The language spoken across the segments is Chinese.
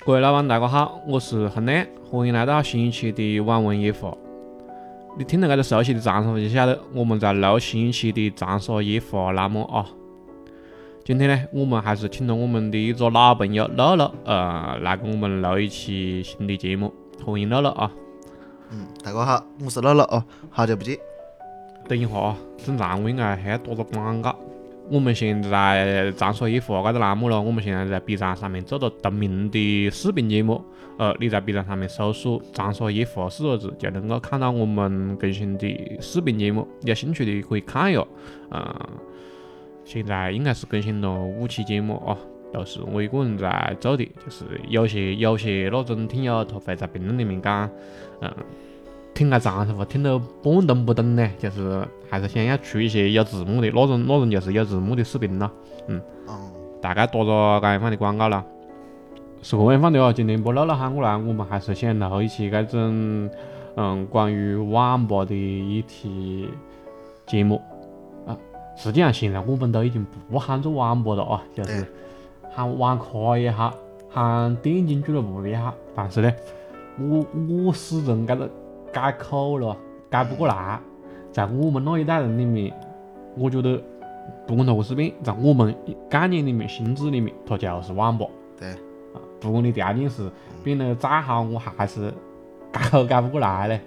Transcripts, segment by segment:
各位老板大家好，我是亨亮，欢迎来到新一期的网文夜话。你听到这个熟悉的长沙话就晓得我们在录新一期的长沙夜话栏目啊。今天呢，我们还是请了我们的一个老朋友乐乐，来跟我们录一期新的节目，欢迎乐乐啊。 大家好，我是乐乐哦，好久不见。 等一下啊，正常我应该还要打个广告。我们现在长沙夜话这个栏目了，我们现在在 B 站上面做了同名的视频节目。你在 B 站上面搜索"长沙夜话"4个字，就能够看到我们更新的视频节目。有兴趣的可以看一下。现在应该是更新了5期节目啊，都是我一个人在做的。就是有些那种听友他会在评论里面讲，听个长沙话听得半懂不懂呢？就是还是想要出一些有字幕的那种就是有字幕的视频了。大概打着这样放的广告了。是这样放的哦，今天把乐乐喊过来，我们还是想录一期这种关于网吧的一期节目啊。实际上现在我们都已经不喊做网吧了啊，就是喊网咖也好，喊电竞俱乐部也好。但是呢，我始终这个改口了，改不过来。在我们那一代人里面，我觉得不管它何是变，在我们概念里面、心智里面，它就是网吧。 对。 不管你条件是变得再好，我还是改口改不过来嘞。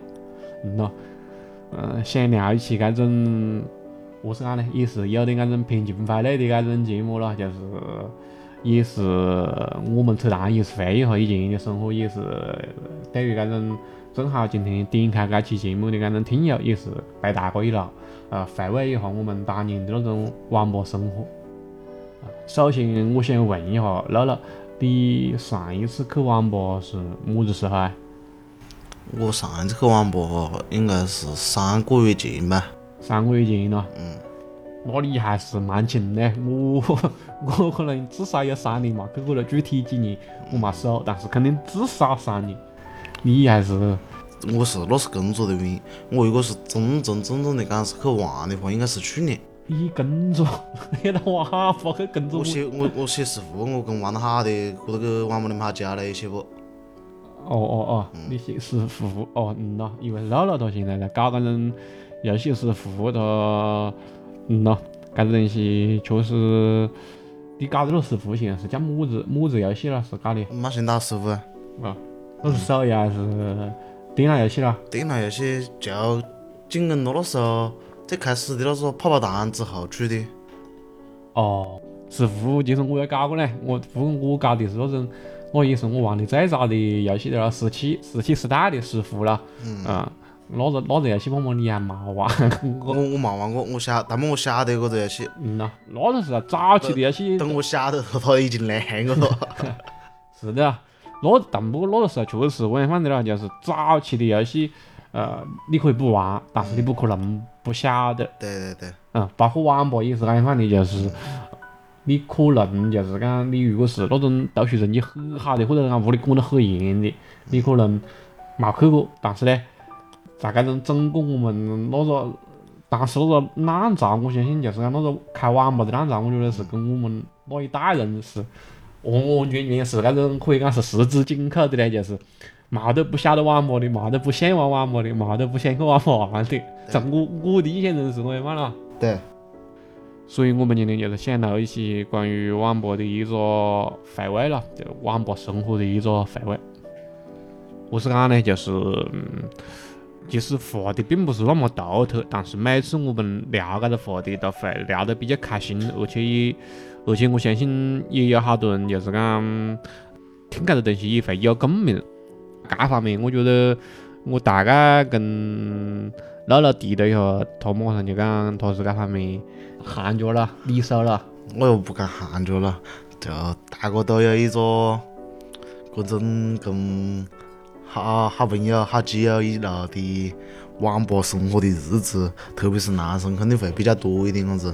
想聊一期这种，何是讲呢？也是有点这种偏情怀类的这种节目了，就是也是我们扯淡，也是回忆一下以前的生活，也是对于这种正好今天点开这期节目的这种听友，也是陪大家一路回味一下我们当年的那种网吧生活。首先，我想问一下乐乐，你上一次去网吧是么子时候啊？ 我上一次去网吧应该是3个月前吧。 3个月前了。那你还是蛮勤的。我可能至少有3年嘛，去过了具体几年我没数，但是肯定至少3年。你还是？ 那是工作的原因。我如果是正的讲是去玩的话，应该是去年。 你工作，你在网吧去工作？ 我写师傅，我跟玩得好的，觉得去网吧里面好交流一些不？ 你写师傅哦，因为乐乐他现在在搞这种游戏师傅，他这个东西确实，你搞这个师傅现在是叫么子游戏了？是搞的？ 马仙岛师傅啊。 那是手游还是电脑游戏了？ 电脑游戏就进攻那时候最开始的那个泡泡糖之后出的。 师傅其实我也搞过嘞，我搞的是那种，也是我玩的最早的游戏了，17时代的师傅了。那个游戏我你还没玩？ 我没玩过，但我晓得这个游戏。 那个是早期的游戏。 等我晓得它已经烂过了。 是的，但不过那个时候确实是这样放的了，就是早期的游戏，你可以不玩，但是你不可能不晓得。 对。 包括网吧也是这样放的，就是你可能就是讲，你如果是那种读书成绩很好的，或者讲屋里管得很严的，你可能没去过。但是呢，在这种整个我们那个当时那个浪潮，我相信就是讲那个开网吧的浪潮，我觉得是跟我们那一代人是完完全全是这种可以讲是十指紧扣的嘞，就是没得不晓得网吧的，没得不想玩网吧的，没得不想去网吧玩的。在我的印象中是这样嘛了。 对。 所以我们今天就是想录一些关于网吧的一个回味了，就网吧生活的一个回味。何是讲呢？就是其实话题并不是那么独特，但是每次我们聊这个话题都会聊得比较开心，而且我相信也有好多人就是讲听这个东西也会有共鸣。这方面我觉得我大概跟乐乐提了一下，他马上就讲他是这方面行家了，李手了。 我又不敢行家了，就大家都有一个各种跟好朋友、好基友一路的网吧生活的日子，特别是男生肯定会比较多一点样子。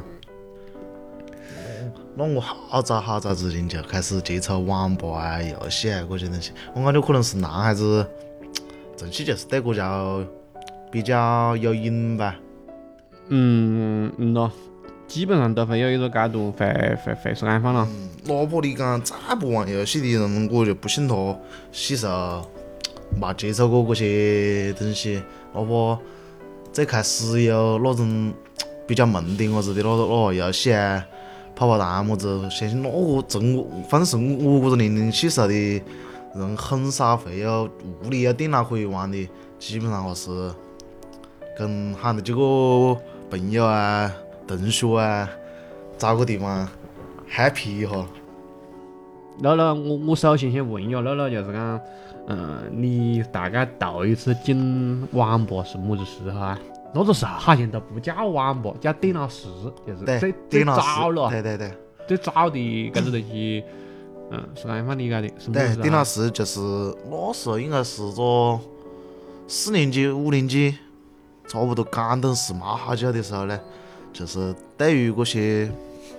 那我好早之前就开始接触网吧啊、游戏啊这些东西，我感觉可能是男孩子从小就是对这叫比较有瘾吧。 基本上都会有一个阶段会是安放了。 哪怕你讲再不玩游戏的人，我就不信他细时候没接触过这些东西。哪怕最开始有那种比较萌的么子的那个游戏啊，跑跑弹么子，相信那个反正是我这个年龄气时候的人很少会有屋里有电脑可以玩的，基本上还是跟喊着几个朋友啊、同学啊，找个地方 happy 一下。 乐乐，我首先先问一下乐乐，就是讲，你大概头一次进网吧是么子时候啊？那个时候好像都不叫网吧，叫电脑室，就是对， 最电脑早了， 对对对最早的搿个东西，是安放的搿的，什么对， 时候啊？ 电脑室就是那时候应该是个4年级、5年级，差不多刚懂事没好久的时候呢，就是对于这些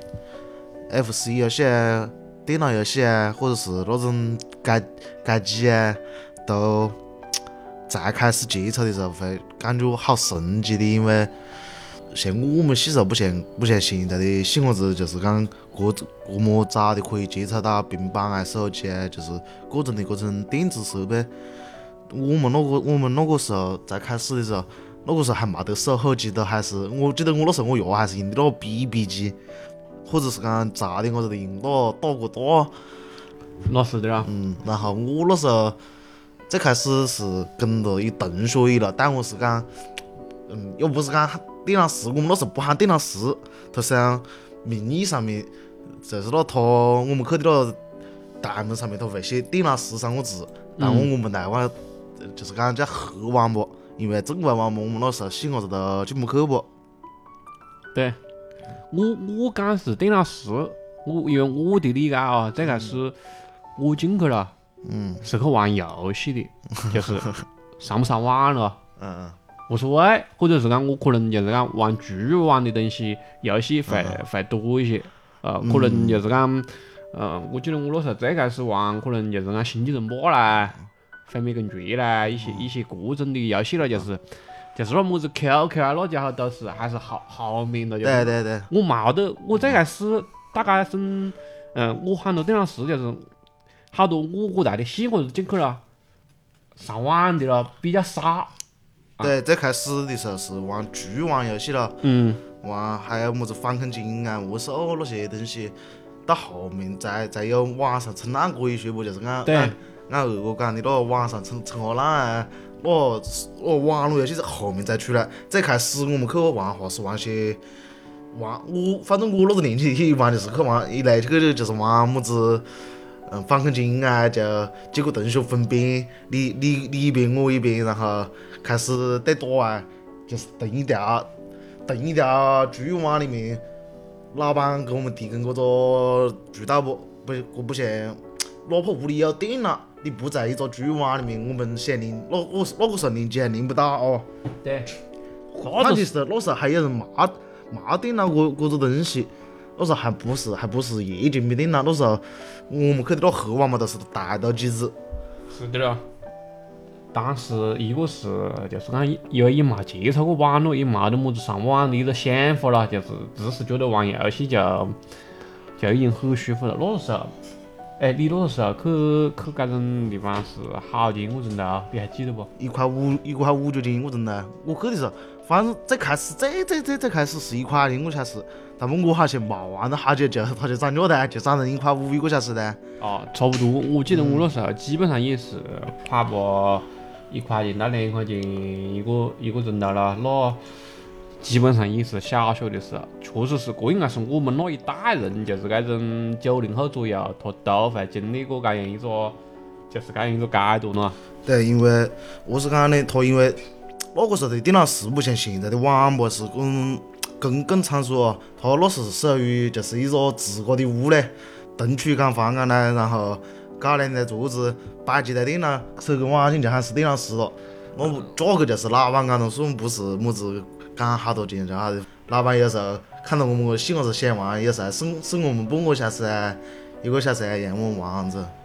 FC 游戏啊、电脑游戏啊，或者是那种街机啊，都才开始接触的时候，会感觉好神奇的，因为像我们小时候不像现在的小伙子，就是讲这么早的可以接触到平板啊、手机啊，就是各种的这种电子设备。我们那个时候在开始的时候，那个时候还没得手后机，都还是我记得我那时候我爷还是用的那个 BB 机，或者是讲杂的我子的用打个打。 那是的啦。 然后我那时候最开始是跟着一同学一了，但我是讲，又不是讲电脑室，我们那时候不喊电脑室，它是讲名义上面就是我们去的那大门上面，它会写电脑室3个字，但我们台湾就是讲叫黑网吧，因为正规网吧我们那时候小伢子都进不去不。 对，我讲是电脑室，因为我的理解啊，最开始我进去了，是去玩游戏的，就是上不上网了无所谓，或者是讲我可能就是讲玩局玩的东西，游戏会多一些，可能就是讲，我记得我那时候最开始玩，可能就是讲星际争霸啦、毁灭工具啦，一些各种的游戏了，就是那么子 QQ 啊，那家伙都是还是后面了，就是对对对， 我冇得，我最开始大概是，我喊到电脑室就是好多我这代的小伙子进去了，上网的了比较少。 对，最开始的时候是玩局玩游戏了，玩还有么子反恐精啊、魔兽那些东西，到后面才有网上冲浪这一说不，就是讲对俺二哥讲的那个网上冲下浪啊，那网络游戏是后面才出来。最开始我们去玩哈是玩些反正我那个年纪一玩就是去玩一来去就是玩么子。反恐精啊，就几个同学分边，你一边我一边，然后开始对打啊，就是同一条局网里面，老板给我们提供这个渠道不像，哪怕屋里有电脑，你不在一个局网里面，我们想领那个时候领机还领不到哦。 对， 关键是那时候还有人骂电脑这个东西。那时候还不是液晶的电脑，那时候我们去的那黑网嘛，都是大头机子。 是的了。当时一个是就是讲，因为也没接触过网络，也没得么子上网的一个想法了，就是只是觉得玩游戏就已经很舒服了。那个时候，你那个时候去搿种地方是好几英个钟头，你还记得不 1.5角钱一个钟头。我去的时候，反正最开始最开始是1.2一个小时，但么我好像没玩了好久，它就涨价了，就涨成1.5一个小时的。 差不多。我记得我那时候基本上也是花不1块钱到2块钱一个钟头了，那基本上也是小学的时候，确实是，这应该是我们那一代人，就是这种90后左右，他都会经历过这样一个，就是这样一个阶段了。 对，因为我是讲的，他因为那个时候的电脑是不像现在的网吧是公共场所哦，他那是属于就是一个自个的屋嘞，东区间房间呢，然后搞2台桌子，摆几台电脑，手跟网线就喊是电脑室了。那价格就是老板讲的，说不是么子讲好多钱就好的。老板有时候看到我们小伢子想玩，有时候送我们半个小时啊，1个小时啊，让我们玩子。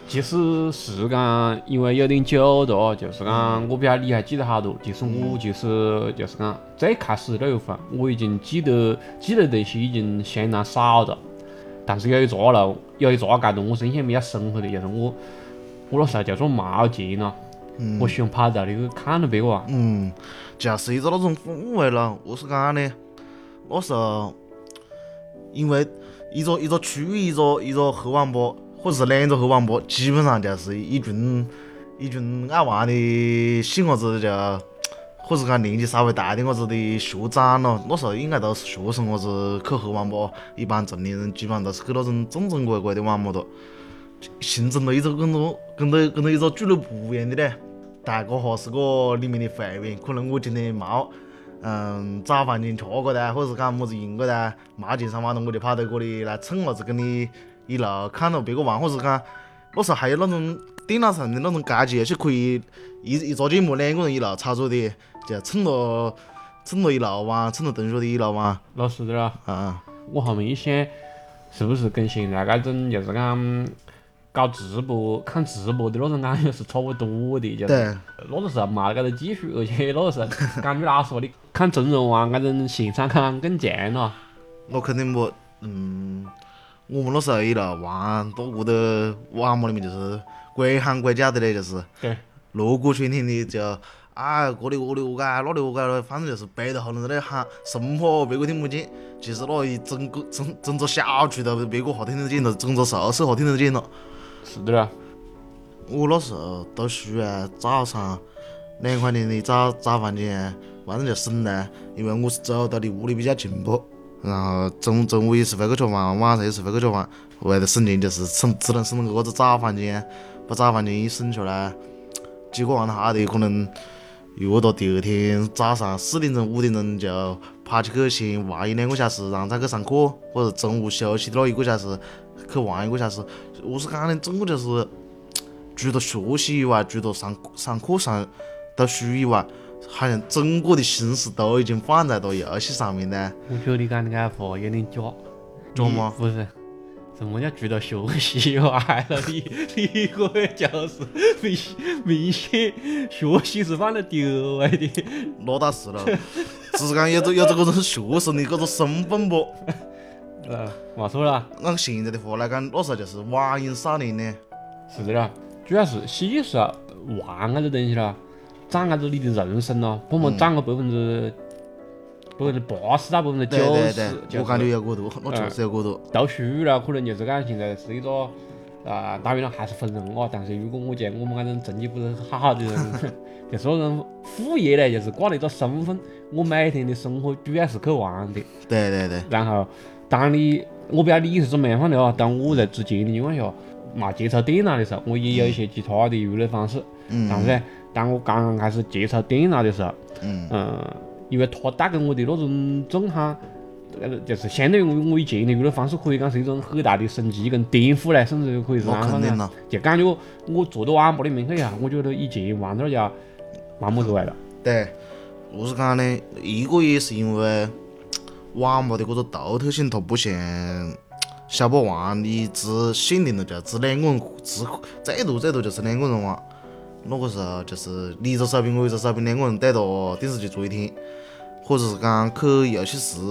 其实是讲，因为有点久了，就是讲我比较你还记得好多。其实我就是讲最开始那一份，我已经记得那些已经相当少了。但是有一茬阶段我是印象比较深刻的，就是我那时候就算没钱了，我喜欢跑到那个看着别个玩。 就是一个那种氛围了。我是讲呢，那时候因为一个区域一个黑网吧，或者是两个黑网吧，基本上就是一群爱玩的细伢子就，或者讲年纪稍微大点伢子的学长咯，那时候应该都是学生伢子去黑网吧，一般成年人基本上都是去那种正正规规的网吧的，形成了一个跟着一个俱乐部一样的嘞。大家哈是个里面的会员，可能我今天冇找饭钱吃过的，或者是讲么子赢过的，冇钱上网了，我就跑到这里来蹭下子，跟你一路看到别个玩，或者讲那时候还有那种电脑上的那种街机游戏，可以一个节目两个人一路操作的，就蹭着一路玩，蹭着同学的一路玩。 那是的啦。我后面一想，是不是跟现在这种就是讲搞直播、看直播的那种感觉是差不多的？就是那个时候没得这个技术，而且那个时候感觉哪说的，看真人玩这种现场感更强了。 那肯定不，我们那时候一路玩，多个的网吧里面就是国行国叫的嘞，就是锣鼓喧天的就。这里我的我改，那里我改了，反正就是背着后头在那喊，生怕别个听不见。其实那一整个小区都别个哈听得见了，整个宿舍哈听得见了。 是的啦。 我那时候读书啊，早上2块钱的早饭钱，反正就省了，因为我是走到离屋里比较近不，然后中午也是会去吃饭，晚上也是会去吃饭，为了省钱就是只能省那个早饭钱，把早饭钱一省下来，几个晚上好的可能。约到第二天早上4点钟、5点钟就跑起去，先玩1-2个小时，然后再去上课，或者中午休息的那1个小时去玩1个小时。我是讲的，整个就是除了学习以外，除了上课读书以外，好像整个的心思都已经放在这游戏上面呢。 我觉得你讲的这个话有点假。 假吗？ 不是。什么叫除了学习以外了？你个就是明显学习是放在第二位的。 那倒是了，只是讲有这个学生的这个身份不。 没错啦。 按现在的话来讲，那时候就是网瘾少年呢。 是的啦，主要是细时候玩这个东西啦，长着你的人生咯，不么长个80%到90%， 对，我感觉有过多，那确实有过多。 读书了，可能就是讲现在是一个当然了还是分人啊。但是如果我讲我们这种成绩不是很好的人，就是那种副业呢，就是挂了一个身份，我每天的生活主要是去玩的。 对。 然后，当我不知道你是怎么样的哦，当我在之前的情况下，没接触电脑的时候，我也有一些其他的娱乐方式。但是呢，当我刚刚开始接触电脑的时候，因为它带给我的那种震撼，就是相当于我以前的娱乐方式，可以讲是一种很大的升级跟颠覆嘞，甚至可以是那肯定了。 就感觉我坐到网吧里面去呀，我觉得以前玩那叫没么子味了。 对，我是讲呢，一个也是因为网吧的这个独特性，它不像小霸王，你只限定了就只2个人，最多就是2个人玩。那个时候就是你一个手柄，我一个手柄，2个人对着电视机坐一天，或者是讲去游戏室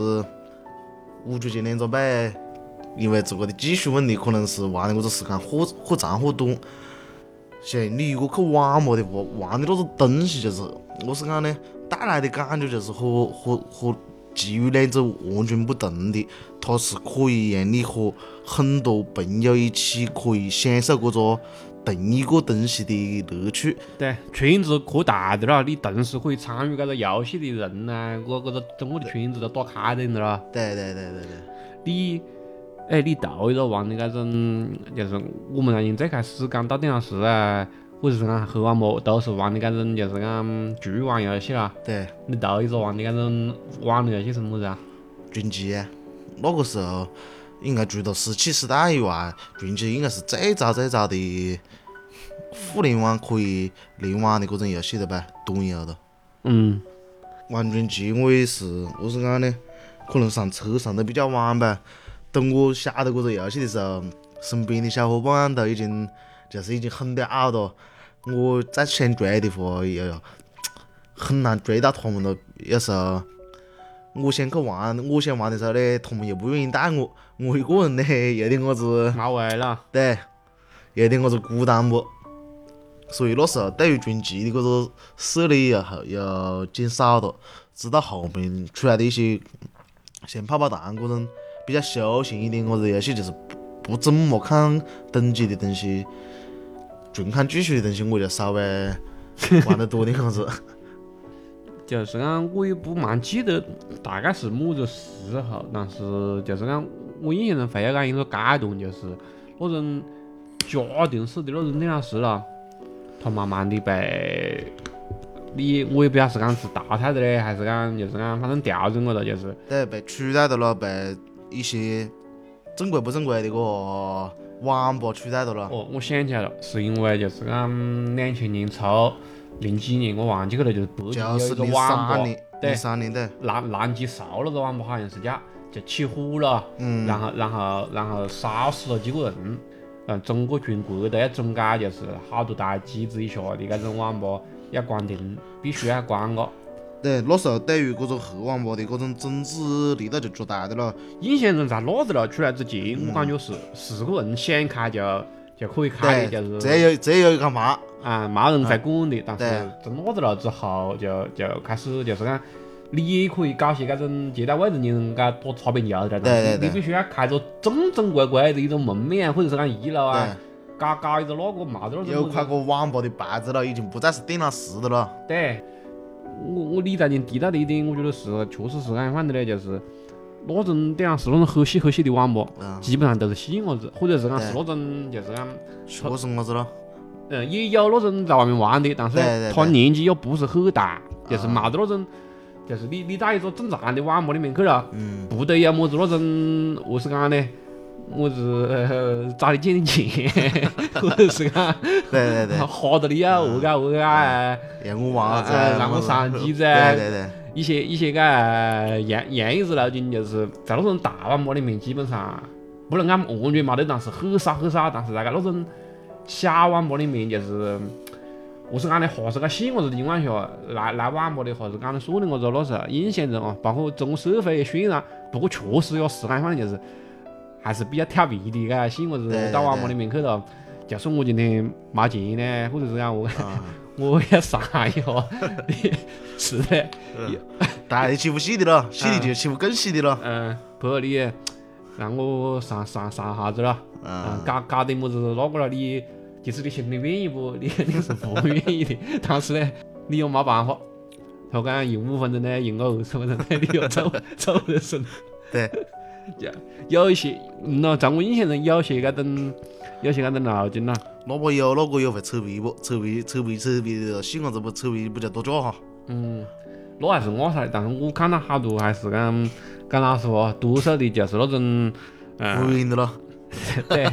5角钱2个币，因为这个的技术问题，可能是玩的这个时间或长或短。像你如果去网吧的话，玩的那个东西就是，我是讲呢，带来的感觉就是和其余2者完全不同的，它是可以让你和很多朋友一起可以享受这个同一个东西的乐趣。 对，圈子扩大的了，你同时可以参与这个游戏的人呢，这个整个的圈子都打开的了。 对。 你头一个玩的这种，就是我们那最开始刚到电脑室啊，或者是讲黑网吧，都是玩的这种，就是讲局玩游戏啦。 对。 你头一个玩的这种网络游戏是么子啊？ 群机啊，那个时候应该除了17时代以外，群机应该是最早的互联网可以联网的这种游戏了吧，端游了。玩群机我是讲呢，可能上车上得比较晚吧。等我晓得这个游戏的时候，身边的小伙伴都已经就是已经很屌了。我再想追的话，又很难追到他们了。有时候我想去玩，我想玩的时候呢，他们又不愿意带我，我一个人呢，有点我子， 没位了。 对，有点我子孤单不。所以那时候对于拳击的这个涉猎又减少了。直到后面出来的一些像泡泡糖这种比较休闲一点个子游戏，就是不怎么看等级的东西，纯看技术的东西，我就稍微玩得多点个子。 就是讲，我也不蛮记得大概是么子时候，但是就是讲，我印象中会有讲一个阶段，就是那种家庭式的那种电视了，它慢慢的被我也不晓得是讲是淘汰的嘞，还是讲就是讲反正调整了，就是对，被取代的了，被一些正规不正规的个网吧取代的了。 哦，我想起来了，是因为就是讲2000年初零几年我忘记去了，就是北京就是有一个网吧 03年， 对 03年对， 南极寿那个网吧好像是叫就起火了，然后烧死了几个人，整个全国都要整改，就是好多大机制以下的这种网吧要关停，必须要关个。 对，那时候对于这种黑网吧的这种整治力度就做大的了。 印象中在那子了出来之前，我感觉是4个人想开就可以开的，就是只有一个嘛。 没人会管的。但是对在那子了之后，就开始就是讲，你也可以搞些这种接待外地人给多擦边球的，但是你必须要开着正规的一种门面，或者是讲1楼啊，搞一个那个没得那种。 有块个网吧的牌子了，已经不再是电脑室的了。 对，我李在年提到的一点，我觉得是确实是这样放的嘞，就是那种电脑室那种很细的网吧，基本上都是细伢子，或者是讲是那种就是讲学生伢子了。 也有那种在外面玩的，但是他年纪又不是很大，就是没得那种，就是你到一个正常的网吧里面去了，不得有么子那种，何是讲呢？么子找你借点钱，或者是讲对， 哈到你啊，恶搞让我玩子， 让我上机子， 对， 一些个样子路径，就是在那种大网吧里面，基本上不能讲完全没得，但是很少，但是在那种小网吧里面，就是何是讲呢？还是个细伢子的情况下，来网吧的还是讲的说的我那时候印象中包括中社会也渲染，不过确实也是这样放的，就是还是比较调皮的个细伢子到网吧里面去了，就说我今天没钱呢，或者是讲我要上一下，是的， 大家欺负细的了，细的就欺负更细的了。 不你让我上啥子了？搞点么子那个了？你即使你心里愿意不，你肯定是不愿意的。但是呢，你又没办法。他讲用5分钟呢，用个20分钟呢，你又走得顺。 对， 有一些，在我印象中有些搿种路径啦。 那个有会扯皮不？扯皮的细伢子不扯皮不就多假哈？ 那还是我噻，但是我看到好多还是讲老实话，多数的就是那种不赢的了。 对，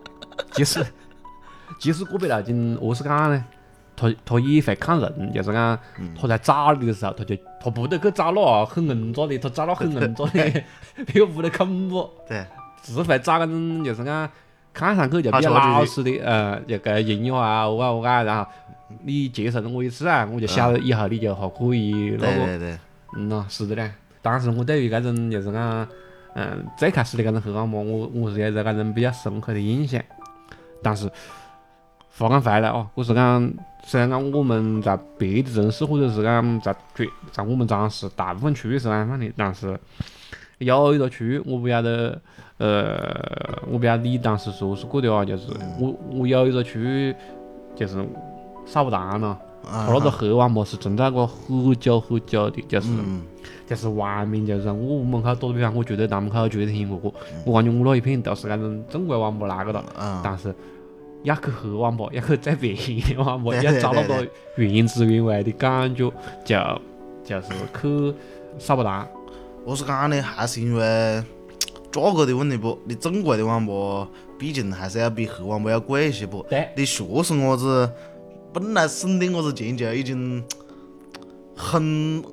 其实个别路径何是讲呢？他也会看人，就是讲他在找你的时候，他不得去找那很硬渣的，他找那很硬渣的，别个不得肯不？ 对， 只会找那种就是讲看上去就比较老实的，就个音乐啊，我然后你接受了我一次啊，我就晓得以后你就还可以那个。 对， 是的嘞。当时我对于这种就是讲，最开始的这种黑网吧，我是有这种比较深刻的印象。但是话讲回来哦，我是讲，虽然讲我们在别的城市或者是讲在我们长市大部分区域是这样的，但是有一个区域我不晓得，我不晓得你当时是不是过的啊？就是我有一个区域就是扫不堂了。他那个黑网吧是存在过很久的，就是外面就是我门口打个比方，我绝对大门口绝对听过，我感觉我那一片都是那种正规网吧那个了，但是要去黑网吧，要去最便宜的网吧，要找那个原汁原味的感觉，就是去扫不堂。 我是讲呢，还是因为价格的问题不？你正规的网吧毕竟还是要比黑网吧要贵一些不？ 对， 你学生伢子本来省点伢子钱就已经很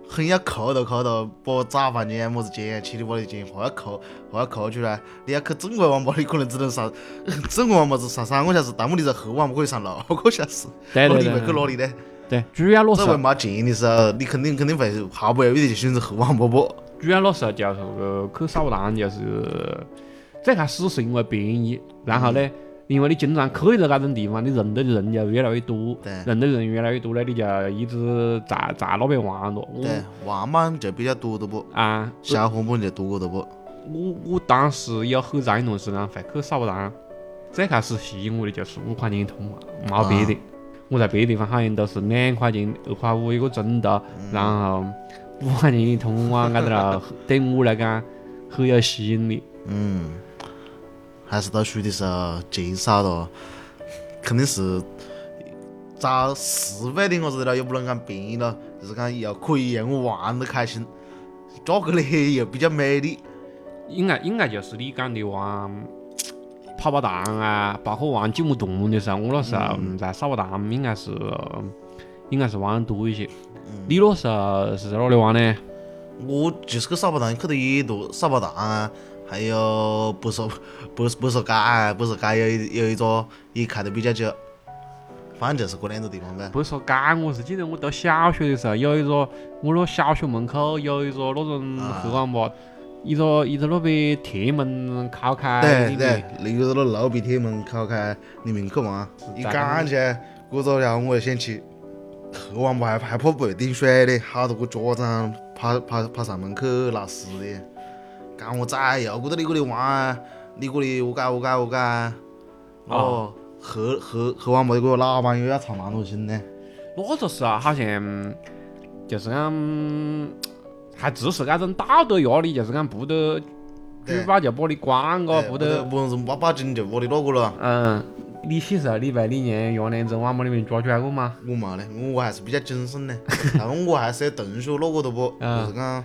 很要扣到，把早饭钱、么子钱、七里八里钱，话要扣出来。你要去正规网吧，你可能只能上正规网吧只上3个小时，但问题在后网吧可以上6个小时。 对对那你会去对哪里呢？ 对，主要落实这为没钱的时候，你肯定会毫不犹豫的就选择后网吧不？ 主要落实就是去扫荡，就是最开始是因为便宜，然后呢，因为你经常去到那种地方，你认得的人就越来越多， 对认得人越来越多呢，你就一直在那边玩了。 对，玩嘛就比较多的不， 啊， 小伙伴就多的不。 我当时有很长一段时间会去扫荡，最开始吸引我的就是5块钱一通嘛，没别的。我在别的地方好像都是2块钱、2块5一个钟头，然后5块钱一通哇，挨到了对我来讲很有吸引力。 还是读书的时候钱少了，肯定是找适配的我子的了，又不能讲便宜了，就是讲又可以让我玩得开心，价格呢又比较美丽。 应该就是你讲的玩跑跑荡啊，包括玩积木洞的时候，我那时候在扫把荡应该是玩得多一些。你那时候是在哪里玩呢？ 我就是去扫把荡，去的也多，扫把荡啊，还有白手街啊，白手街有一个也开得比较久，反正就是这2个地方呗。 不是说街，我是记得我读小学的时候有一个，我那小学门口有一个那种黑网吧，一个那边铁门敲开对里面， 对，那个路边铁门敲开里面去玩，一赶起来，这个然后我就想起，黑网吧还怕被顶水的，好多个家长跑上门去闹事的，赶我仔又过到你这里玩，你这里我改，哦，黑网吧的这个老板又要操蛮多心呢。 那个时候好像就是讲。还只是那种道德压力，就是讲不得举报就把你关个，不得不能报警就把你那个了。 你小时候你被你娘2年在网吧里面抓出来过吗？ 我没嘞，我还是比较谨慎的，但是我还是要动手那个的不，就是讲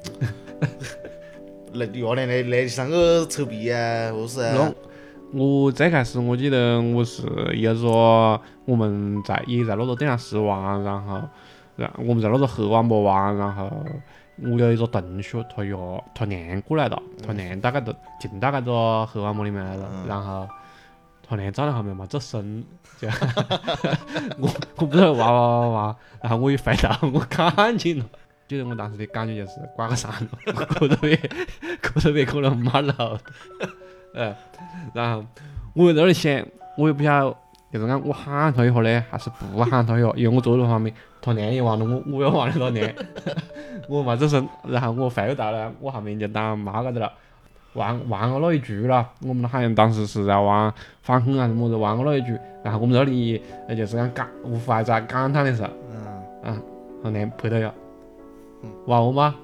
那2年那3个扯皮啊，或是啊。 我最开始我记得我是有个我们也在那个电脑室玩，然后我们在那个黑网吧玩，然后。我有一个同学，他娘过来了，他娘大概都进到那个黑网吧里面来了，然后他娘站在后面嘛，做声，就我不知道哇，然后我一回头，我看见了，记得我当时的感觉就是挂个山了，过特别可能马路，然后我在那里想，我也不晓得，就是讲我喊他一下呢，还是不喊他一下，因为我坐在旁边，他娘也玩了我也玩了他娘。我嘛这声，然后我回过头来，我后面就当骂个的了，玩过那一局了。我们好像当时是在玩反恐还是么子，玩过那一局。然后我们这里就是讲无父还在感叹的时候，后面陪到要玩我吗？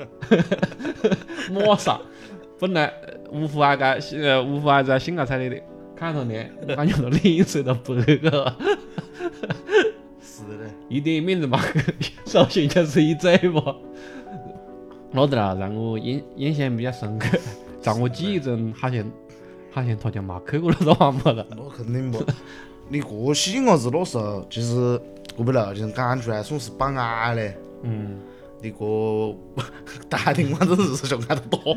马上，本来无父还在兴高采烈的看他娘，我感觉他脸色都白了。 是的， 一点面子嘛，首先就是一嘴巴。那得了，让我印象比较深刻，在我记忆中好像他就没去过那个网吧了。 那肯定不，你这细伢子那时候其实我不了，就是赶出来算是榜矮嘞。你这大庭广众之下挨得多。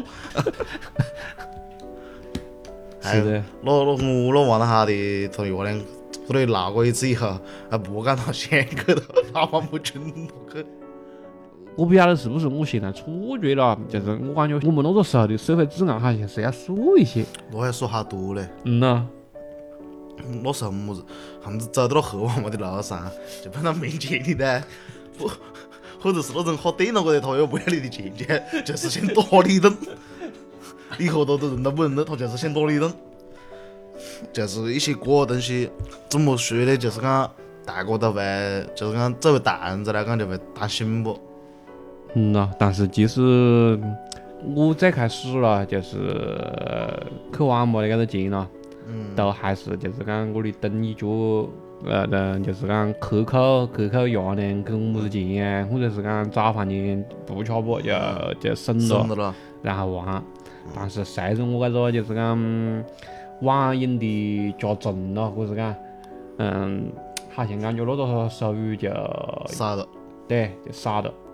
是的。 我玩得好的，他2年后头闹过一次以后，还不敢他先去了，老板不准他去。 我不晓得是不是我现在错觉了，就是我感觉我们那个时候的社会治安好像是要素一些。 那要说好多嘞。 那时候么子，他们走到了黑网吧的路上，就碰到没钱的呢，或者是那种喝电脑的，他又不要你的钱，就是先打你一顿。你喝多的人都不认得，他就是先打你一顿。就是一些这东西怎么说呢？就是讲大家都会，就是讲作为大人子来讲就会担心不。 但是其实我最开始了，就是去网吧的那个钱了，都还是就是讲我的等一角，就是讲克扣2年给么子钱啊，或者是讲早饭钱不吃饱就省了，然后玩。但是随着我这个就是讲网瘾的加重了，或是讲好像感觉那个收入就少了， 对，就少了。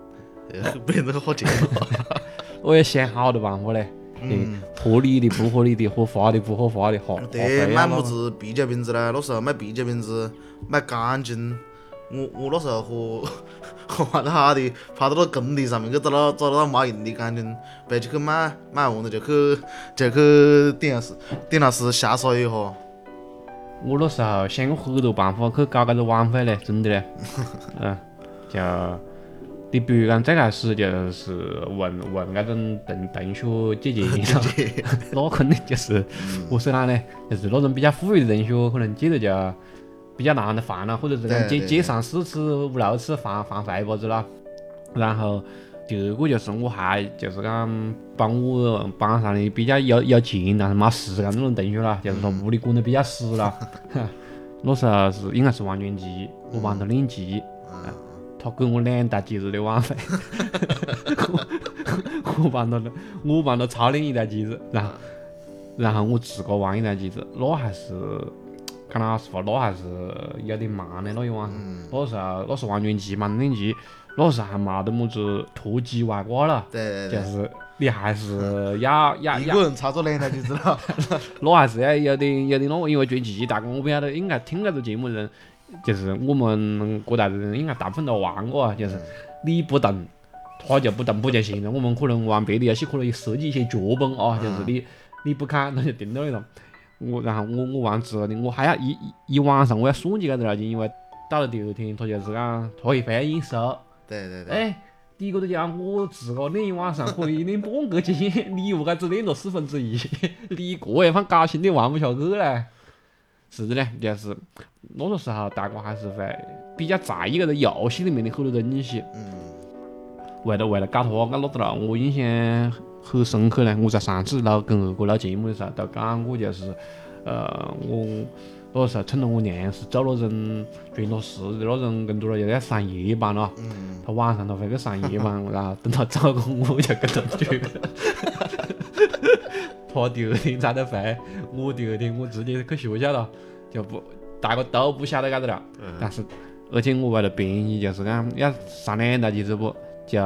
变成好贱了。 我也想好多办法嘞，合理的、不合理的、合法的、不合法的， 对，买么子啤酒瓶子呢？那时候买啤酒瓶子，买钢筋。我那时候和玩得哈的，爬到那工地上面去找到那没用的钢筋，背起去买完了就去电脑室下刷一下。 我那时候想过很多办法去搞搿个晚会嘞，真的嘞，就你比如讲最开始就是问搿种同学借钱，那肯定就是我说哪呢？就是那种比较富裕的同学，可能借了就比较难的还了，或者是讲借3次、4次、5、6次还回不子了。然后第二个就是我还就是讲帮我班上的比较有钱但是没时间那种同学啦，就是说屋里管得比较死了。那时候应该是完全期，我帮他练级，他给我2台机子的晚费，我帮他操练1台机子，然后我自个玩1台机子，那还是。看老实话，那还是有点慢的那一晚上。那时候那是完全期嘛，练级，那时候还没得么子突击外挂了。 对。 就是你还是要一个人操作2台机子了。 那还是要有点那个，因为追击大概我不晓得，应该听这个节目的人，就是我们这代的人，应该大部分都玩过，就是你不动，他就不动不就行了。我们可能玩别的游戏，可能设计一些脚本啊，就是你不看，他就定到那种。然后我玩直了的，我还要一晚上我要算计搿个了，因为到了第二天，他就是讲他也会验收。 对。 哎，第一个就讲我自个练一晚上可以练半个节，你为啥只练了1/4？你一个月份高兴你玩不下去嘞？是的嘞，就是那个时候大家还是会比较在意搿个游戏里面的很多东西。为了搞他那个了，我印象很深刻嘞。我在上次跟二哥录节目的时候都讲过，就是我那个时候趁着我娘是做那种传达室的那种工作了，又要上夜班了。他晚上他会去上夜班，然后等他走过我就跟他去。他第二天才得回，我第二天我直接去学校了，就不大家都不晓得搿个了。但是而且我为了便宜，就是讲要上2台机子不。就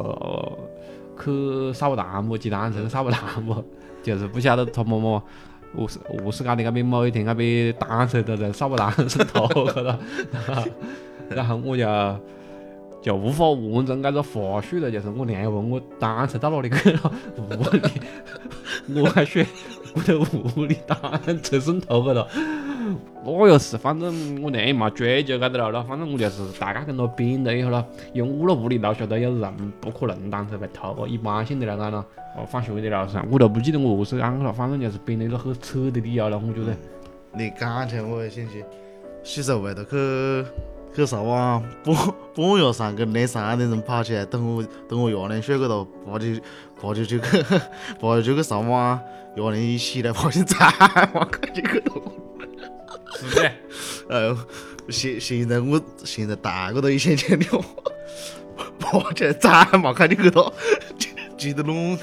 去扫荡不，骑单车扫荡不，就是不晓得他妈妈何是搞的，那边某一天那边单车都在扫荡上头去了，然后我就无法完成搿个话术了，就是我娘问我单车到哪里去了，屋里我还说我在屋里单车上头去了。那又是，反正我娘也没追究搿个了，反正我就是大概跟他辩了以后了，因为我那屋里楼下都有人，不可能单车被偷，一般性的来讲了，放学的路上，我都不记得我何是讲了，反正就是编了一个很扯的理由了，我觉得。 你讲起我也想起，洗手为了去上网，半夜3更2、3点钟跑起来，等我爷娘睡过头，爬就去上网，爷娘一起来发现再没看见去了。 是的。 现在大个都一想起了，爬起来再没看见去了，记得弄。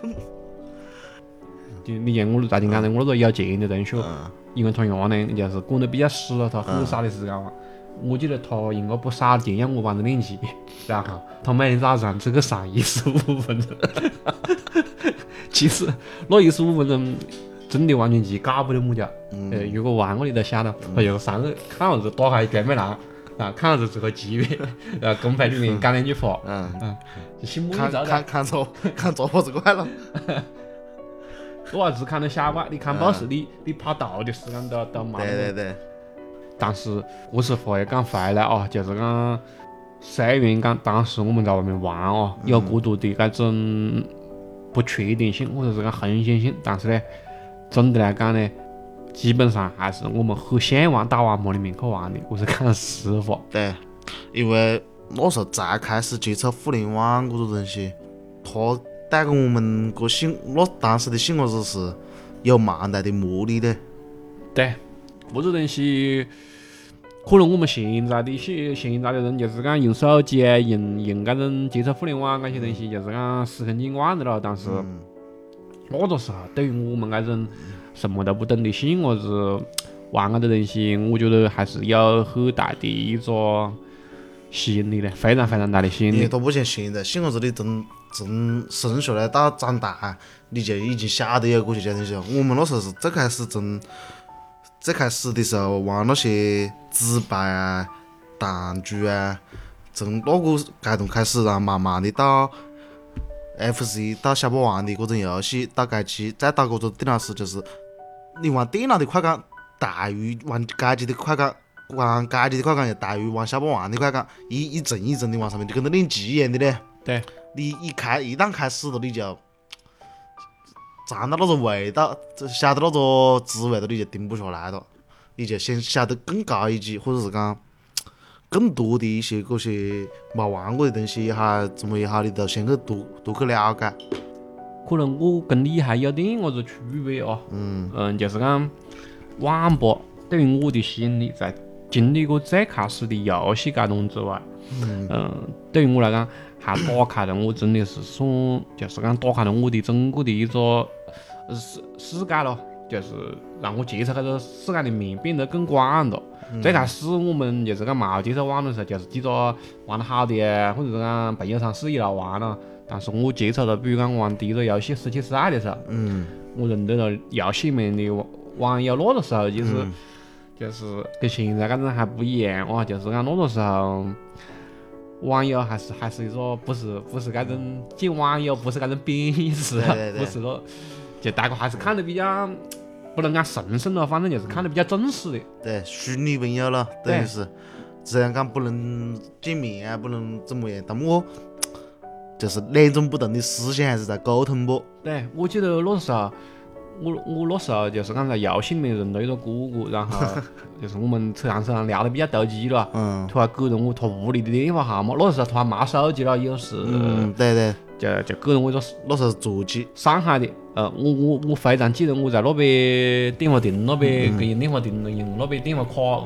你像我大金刚的，我那个有钱的同学，因为他爷娘就是管得比较死了，他很少的时间嘛。我记得他应该不少钱让我帮他练习，然后他每天早上只去上15分钟。其实那15分钟真的完全期搞不得么家。如果玩过你都晓得，他就上去看啥子打开界面栏，看啥子这个级别，公屏里面讲2句话，就醒目一照的。 看做法子快了。 我还是看到小怪，你看 boss，你跑道的时间都慢。 对。 但是我是话又讲回来啊，就是讲虽然讲当时我们在外面玩啊，有过多的搿种不确定性或者是讲风险性，但是呢，总的来讲呢，基本上还是我们很向往大王模里面去玩的，我是讲实话。 对，因为那时候才开始接触互联网搿种东西，它带给我们那当时的性格是有蛮大的魔力的。 对，搿种东西。可能我们现在的人就是讲用手机啊，用搿种接触互联网搿些东西，就是讲司空见惯的了。但是那个时候，对于我们搿种什么都不懂的小伢子玩搿个东西，我觉得还是有很大的一个吸引力的，非常非常大的吸引力。 都不像现在，小伢子你正生下来到长大，你就已经晓得有这些东西了。我们那时候是最开始的时候玩那些纸牌啊、弹珠啊，从那个阶段开始，然后慢慢的到 FC 到小霸王的各种游戏，到街机，再到这个电脑时，就是你玩电脑的快感大于玩街机的快感。玩街机的快感又大于玩小霸王的快感，一层一层的往上面，就跟那练级一样的嘞。 对， 你一旦开始了，你就尝到那个味道，晓得那个滋味了，你就停不下来了，你就想晓得更高一级，或者是讲更多的一些这些没玩过的东西也好，怎么也好，你都先去多去了解。 可能我跟你还有点啥子区别哦。就是讲网博对于我的吸引力在经历过最开始的游戏阶段之外，对于我来讲，还打开了我真的是说，就是讲打开了我的整个的一个世界咯，就是让我接触这个世界的面变得更广了。最开始我们就是讲没接触网的时候，就是几个玩得好的，或者是讲朋友尝试一路玩了。但是我接触了，比如讲玩第一个游戏《17时代》的时候，我认得了游戏里面的网友，那个时候就是跟现在搿种还不一样哇，就是讲那个时候网友还是一个不是搿种见网友不是搿种贬义词，不是说就大家还是看得比较不能讲神圣了，反正就是看得比较真实的。 对，虚拟朋友了，等于是虽然讲不能见面啊，不能怎么样，但我就是两种不同的思想还是在沟通不。 对，我记得那时候。我那时候就是讲在游戏里面认到一个哥哥，然后就是我们车上聊得比较投机了，突然给了我他屋里的电话号码，那时候他还没手机了，也是， 对， 就给了我一个那时候座机， 上海的，我非常记得我在那边电话亭那边跟人电话亭用那边电话卡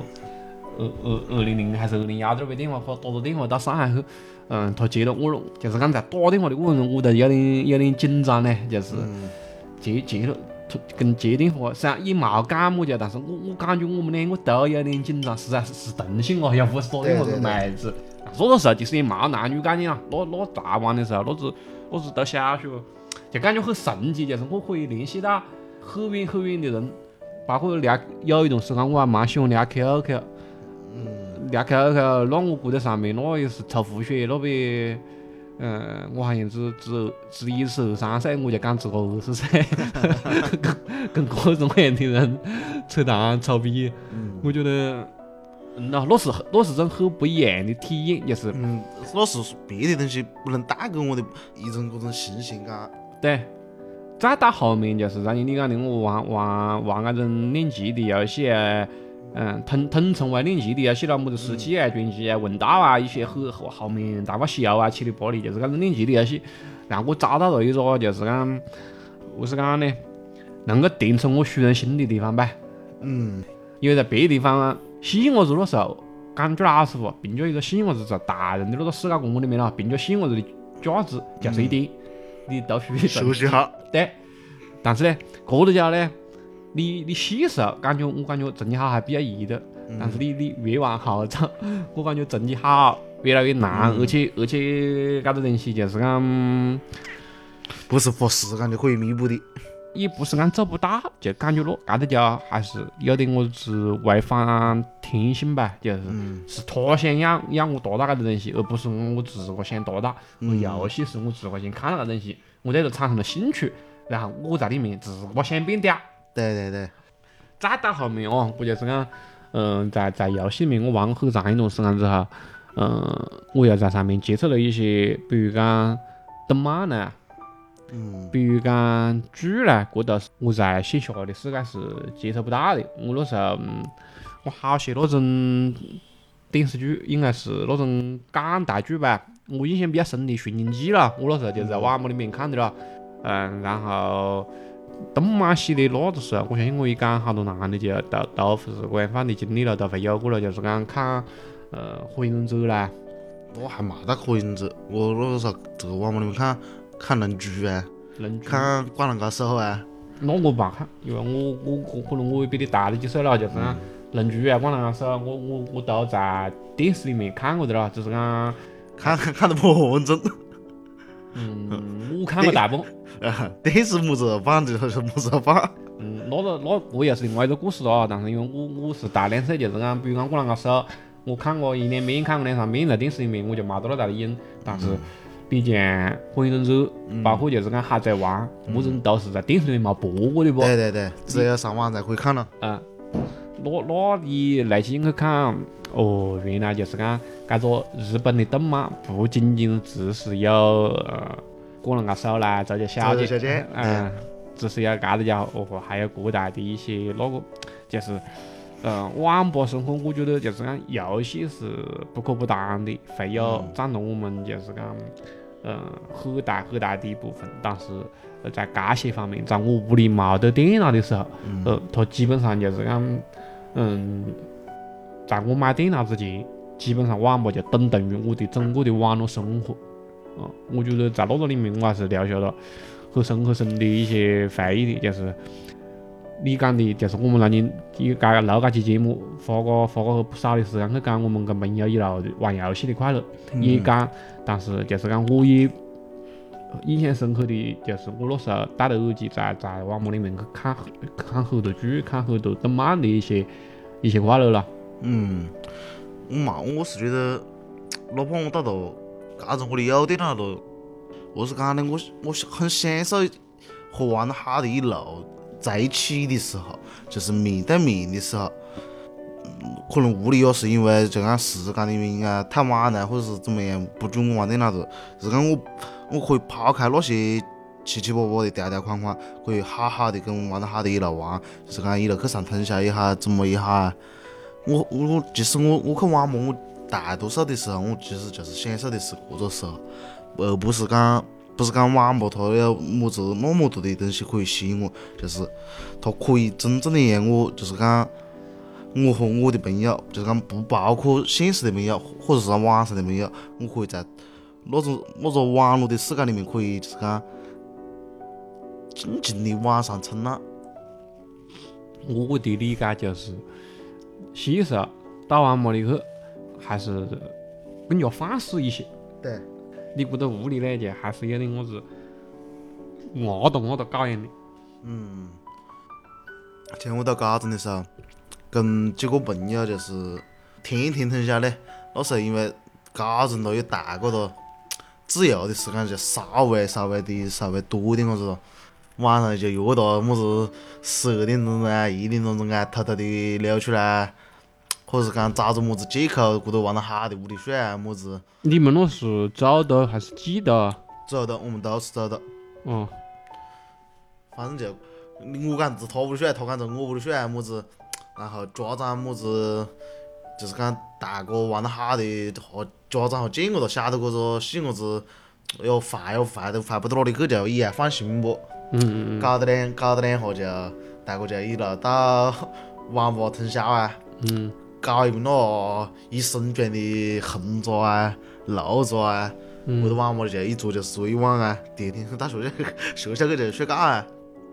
，200还是201的那边电话卡打着电话到上海去，他接了我，就是刚才打电话的过程中，我都有点紧张呢，就是接了。跟接电话，虽然也没干么子，但是我感觉我们两个都有点紧张，实在是同性哦，又不是打电话是妹子。那个时候其实也没男女概念啊，那大玩的时候，那是读小学，就感觉很神奇，就是我可以联系到很远很远的人，包括有一段时间我还蛮喜欢聊 QQ，聊 QQ，那我觉得上面那也是抽胡血那边。我好像只23岁，我就敢自个20岁，跟各种各样的人扯淡臭逼。我觉得，那是种很不一样的体验，就是， 那是别的东西不能带给我的一种这种新鲜感。 对，再到后面就是让你讲的我玩那种练级的游戏啊。统称为练级的游戏了，么子17啊、传奇啊、问道啊，一些后面大话西游啊、七里八里，就是搿种练级的游戏，让我找到了一个就是讲，我是讲呢，能够填充我虚荣心的地方吧。因为在别的地方吸引我子那时候，感觉老师傅，并且一个吸引我子在大人的那个世界观里面了，并且吸引我子的价值就是一点，你都需要熟悉好。 对，但是呢，过了脚呢。你细时候我感觉成绩好还比较易的，但是你越往后走，我感觉成绩好越来越难，而且搿个东西就是讲不是花时间就可以弥补的， 也不是讲做不到，就感觉搿个就还是有点我是违反天性吧，就是他想让我达到搿个东西，而不是我自个想达到。游戏是我自个先看到搿东西，我对它产生了兴趣，然后我在里面自个想变屌。 对， 再到后面哦，我就是讲，在游戏里面我玩很长一段时间之后，我又在上面接触了一些，比如讲动漫呢，比如讲剧呢，这都是我在线下的世界是接触不到的。我那时候，我好些那种电视剧，应该是那种港台剧吧。我印象比较深的《寻秦记》了，我那时候就在网络里面看的了。然后。动漫系列那个时候，我相信我一讲，好多男的就都是这样放的经历了，都会有过了，就是讲看火影忍者啦。 我还没到火影忍者，我那个时候在网络里面看人剧啊，看灌篮高手啊。 那我不看，因为我可能我也比你大了几岁了，就是讲论据啊、灌篮高手啊，我都在电视里面看过的了，就是讲， 看得不完整。 我看过大部分。 电视么子版就是么子版。 那又是另外一个故事了。但是因为我是大两岁，就是讲，比如讲灌篮高手，我看过一两遍，看过2、3遍在电视里面，我就没多大的瘾。但是比如像火影忍者，包括就是讲海贼王，么子都是在电视里面没播过的不？ 对，只有上网才可以看了。 那你来起去看，哦，原来就是讲，这个日本的动漫不仅仅只是有灌篮高手啦、周杰小姐，只是有这个家伙，还有各大的一些那个，就是网吧生活，我觉得就是讲游戏是不可不当的，会有占了我们就是讲很大的一部分。但是在这些方面，在我屋里没得电脑的时候，它基本上就是讲，在我买电脑之前，基本上网吧就等同于我的整个的网络生活。我觉得在那个里面，我还是留下了很深的一些回忆的。就是你讲的，就是我们那年录这期节目，花过很不少的时间去讲我们跟朋友一路玩游戏的快乐，也讲，但是就是讲我也印象深刻的就是我那时候戴着耳机在网吧里面去看很多剧、看很多动漫的一些快乐了。 我是觉得，哪怕我到这种我的有电脑了，我是讲的，我很享受和玩得好的一路在一起的时候，就是面对面的时候。可能屋里也是因为就讲时间的原因啊，太晚了，或者是怎么样，不准我玩电脑子。是讲我可以抛开那些七七八八的条条框框，可以好好的跟玩得好的一路玩，就是讲一路去上通宵也好，怎么也好。其实我去网吧，我大多数的时候，我其实就是享受的是这个时候，而不是讲网吧它有么子那么多的东西可以吸引我，就是它可以真正的让我就是讲。我和我的朋友，就是讲不包括现实的朋友，或者是在网上的朋友，我可以在那个网络的世界里面，可以就是讲尽情的往上冲浪。 我的理解就是，细时候到网吧里去，还是更加放肆一些。 对， 你不在屋里呢，就还是有点么子我都搞样的。 像我到高中的时候。跟几个朋友就是天通宵嘞，那时候因为高中了又大个了，自由的时间就稍微多一点个子了。晚上就约到么子12点钟啊、1点钟啊，偷偷的溜出来，或者是讲找着么子借口，过头玩得好的屋里睡啊么子。 你们那是走的还是记的？ 走的，我们都是走的。反正就我讲是他屋里睡，他讲是我屋里睡啊么子。然后家长么子，就是讲大哥玩得好的，和家长和见过了，晓得这个细伢子要坏都坏不到哪里去，就一样放心不。搞得两下就大哥就一路到网吧通宵啊。搞一遍那一身转的横抓啊、漏抓啊，我在网吧里就一坐就睡一晚啊，第二天到学校去就睡觉啊。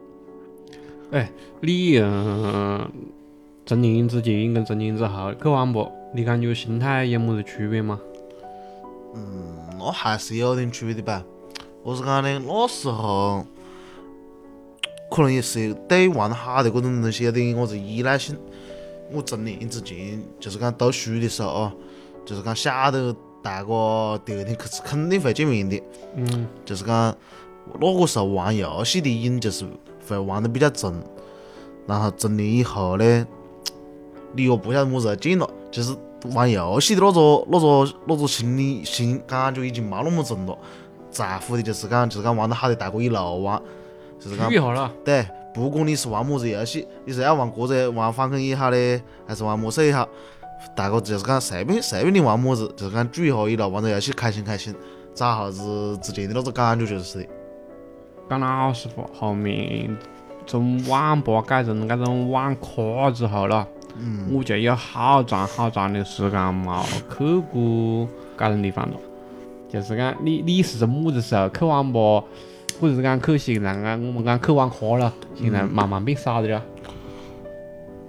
你成年之前跟成年之后去网吧，你感觉心态有么子区别吗？ 那还是有点区别的吧。我是讲的，那时候可能也是对玩得好的这种东西有点么子依赖性。我成年之前就是讲读书的时候啊，就是讲晓得大哥第二天去是肯定会见面的。就是讲那个时候玩游戏的瘾就是会玩得比较重，然后成年以后呢。你也不晓得么时候见了，就是玩游戏的那个心感觉已经没那么重了，在乎的就是讲玩得好的大哥一路玩，就是讲聚一下了。 对，不管你是玩么子游戏，你是要玩这个玩反恐也好嘞，还是玩么事也好，大哥就是讲随便你玩么子，就是讲聚一下一路玩着游戏开心，找下子之前的那个感觉就是的。 讲老实话，后面从网吧改成这种网咖之后了。我就有好长的时间没去过这种地方了。就是讲你是么子时候去网吧，或者是讲去现在我们讲去网咖了，现在慢慢变少的了。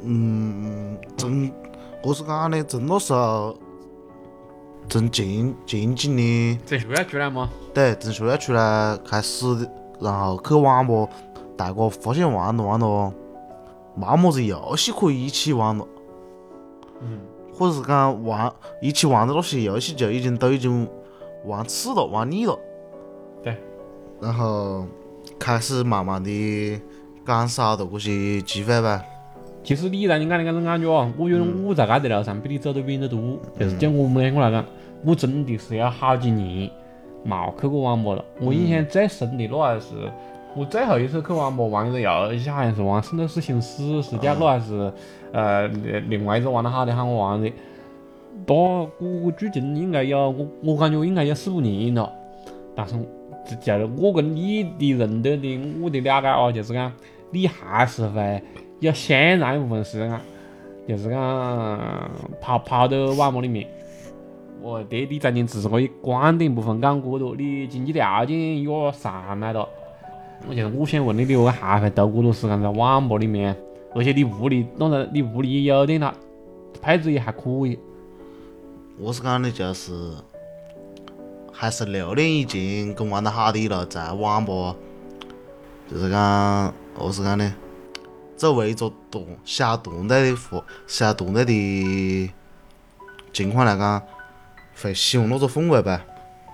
我是讲的，真的是正近几年， 这又要出来吗？ 对，正说要出来开始，然后去网吧，大家发现玩了，没么子游戏可以一起玩了，或者是讲一起玩的那些游戏就都已经玩次了，玩腻了。 对。 然后开始慢慢的减少了这些机会吧。 其实你讲的那种感觉啊，我觉得我在这条路上比你走得远得多。就是讲我们两个来讲，我真的是要好几年没去过网吧了。我印象最深的那还是我最后一次去网吧玩一个游戏，好像是玩《圣斗士星矢》，是叫那还是另外一个玩得好的喊我玩的。我距今应该有我感觉应该有4、5年了。但是就我跟你的认得的我的了解啊，就是讲你还是会有相当一部分时间，就是讲跑到网吧里面。对你曾经只是可以光点部分讲过多，你经济条件也上来了。我想问你，我还会投过多时间在网吧里面？而且你屋里当然你屋里也有电脑，配置也还可以。 我是讲的就是还是6年以前跟玩得好的了，在网吧就是讲我是讲的，作为一个小团队的情况来讲，会喜欢那个氛围吧。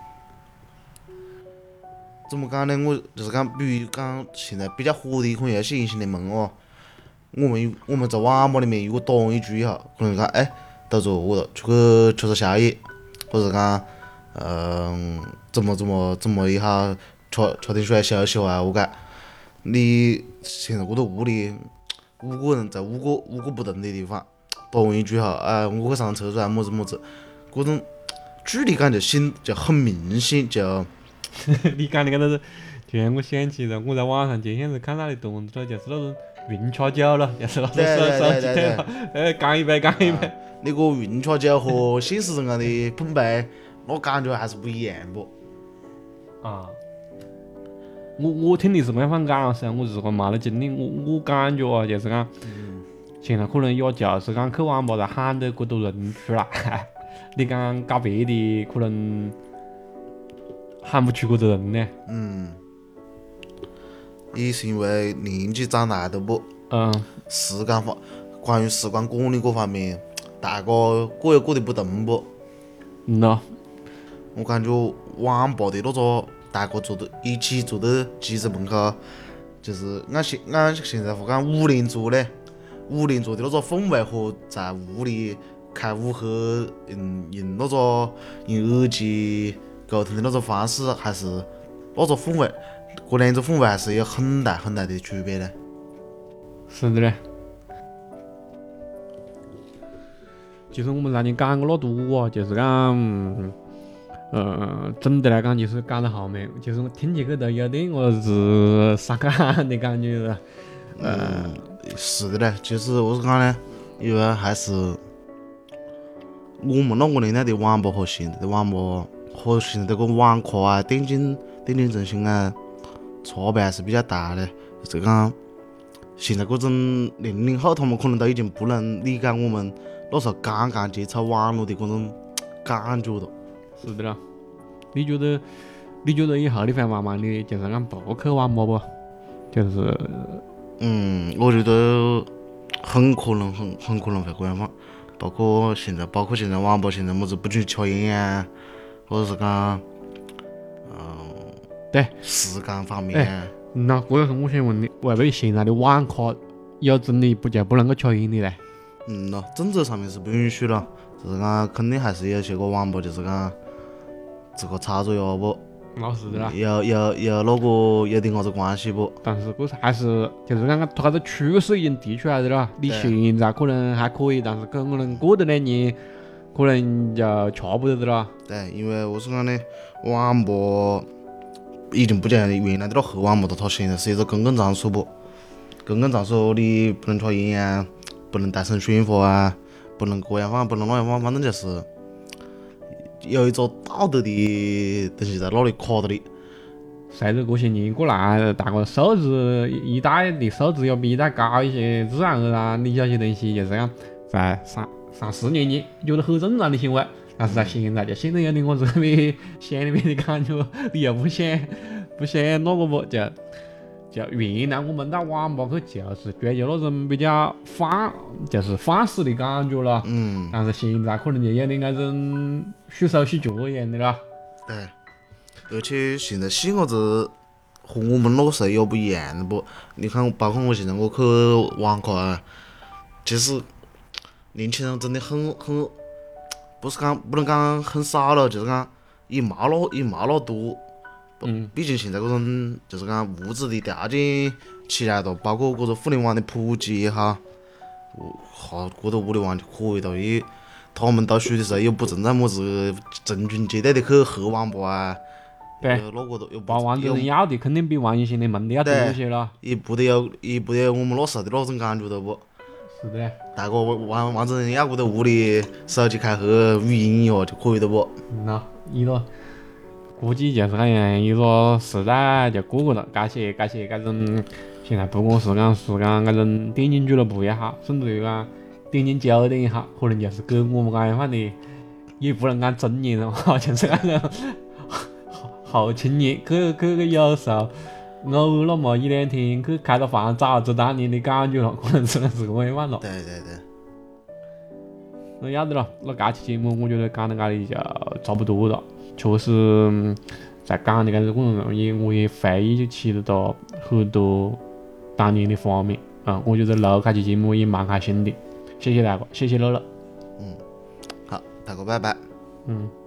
怎么讲呢？我就是讲，比如讲现在比较火的一款游戏《英雄联盟》哦，我们在网吧里面如果打完一局以后，可能讲都做我了，出去吃个宵夜，或者讲怎么一下喝点水休息啊，我感你现在这个屋里5个人在五个不同的地方打完一局后，我去上厕所啊，么子，这种距离感就很明显，就你讲的搿个是，就让我想起了我在网上前些日看到的段子了，就是那种运吃酒了，就是那种手机头了，干一杯。 那个运吃酒和现实中间的碰杯，那感觉还是不一样不？ 啊，我听你是这样讲噻，我自个没得经历，我感觉啊，就是讲，现在可能也就是讲去网吧在喊得过多人出来，你讲搞别的可能喊不出过多人呢。 也是因为年纪长大了不？关于时间管理这方面，大家各有各的不同不？我感觉网吧的那个大家一起坐在机子门口，就是按现在话讲5连坐嘞，5连坐的那个氛围和在屋里开午喝用那个用耳机沟通的那种方式，还是那个氛围，这两种氛围还是有很大的区别的。 是的嘞。其实我们曾经讲过那多啊，就是讲，总的来讲就是讲到后面，就是我听起去都有点是伤感的感觉了。 是的嘞，就是我是讲呢，因为还是我们那个年代的网吧和现在的网吧和现在这个网咖啊、电竞中心啊，差别还是比较大的。就是讲现在这种00后，他们可能都已经不能理解我们那时候刚接触网络的这种感觉了。 是的啦，你觉得以后你会慢慢的就是讲不去网吧不？就是， 我觉得很可能会这样放。包括现在网吧现在么子不准抽烟啊，或者是讲， 对时间方面啊。 那这个是我想问你，会不会现在的网咖有真的不能够抽烟的嘞？ 政策上面是不允许了，就是讲肯定还是有些个网吧就是讲这个操作呀不， 那是的啦。 有那个有点啥子关系不？ 但是这还是就是讲它这个趋势已经提出来的了。你现在可能还可以，但是可能过多2年，可能就吃不得的了。 对，因为我是讲的，网吧已经不像原来的那黑网吧了，它现在是一个公共场所不？公共场所你不能抽烟啊，不能大声喧哗啊，不能这样放，不能那样放，反正就是有一个道德的东西在那里卡着你。 随着这些年过来，大家素质一代的素质要比一代高一些，自然而然的有些东西就是讲在3、4年前觉得很正常的行为，但是在现在就显得有点我这边县里面的感觉，你又不显那个不就原来我们到网吧去就是追求那种比较就是放肆的感觉了，但是现在可能就有点那种许手许脚一样的了。 对，而且现在细伢子和我们那个时候又不一样了不？你看，包括我现在我去网咖啊，其实年轻人真的很，不是讲不能讲很少了，就是讲也没那多。毕竟现在这种就是讲物质的条件起来了，包括这个互联网的普及也好，这个物联网就可以了。也他们读书的时候又不存在么子成群结队的去黑网吧啊。 对， 那个都又把王者荣耀的肯定比王者现的梦的要多一些了。 也不得有我们那时候的那种感觉了不？ 是的。 大家玩王者荣耀，这在屋里手机开黑语音一下就可以了不？ 一个估计就是这样一个时代就过去了。这些这种现在不管是讲这种电竞俱乐部也好，甚至于讲电竞酒店也好，可能就是给我们这样范的，也不能讲中年人哈，就是那种后青年去有时候偶尔那么1、2天去开个饭找着当年的感觉了，可能只能是这样范了。 对。 那要得了，那这期节目我觉得讲到这里就差不多了。确实，在讲的这个过程中，我也回忆起了到很多当年的画面。我觉得录这期节目也蛮开心的。谢谢大家，谢谢乐乐。 好，大家拜拜。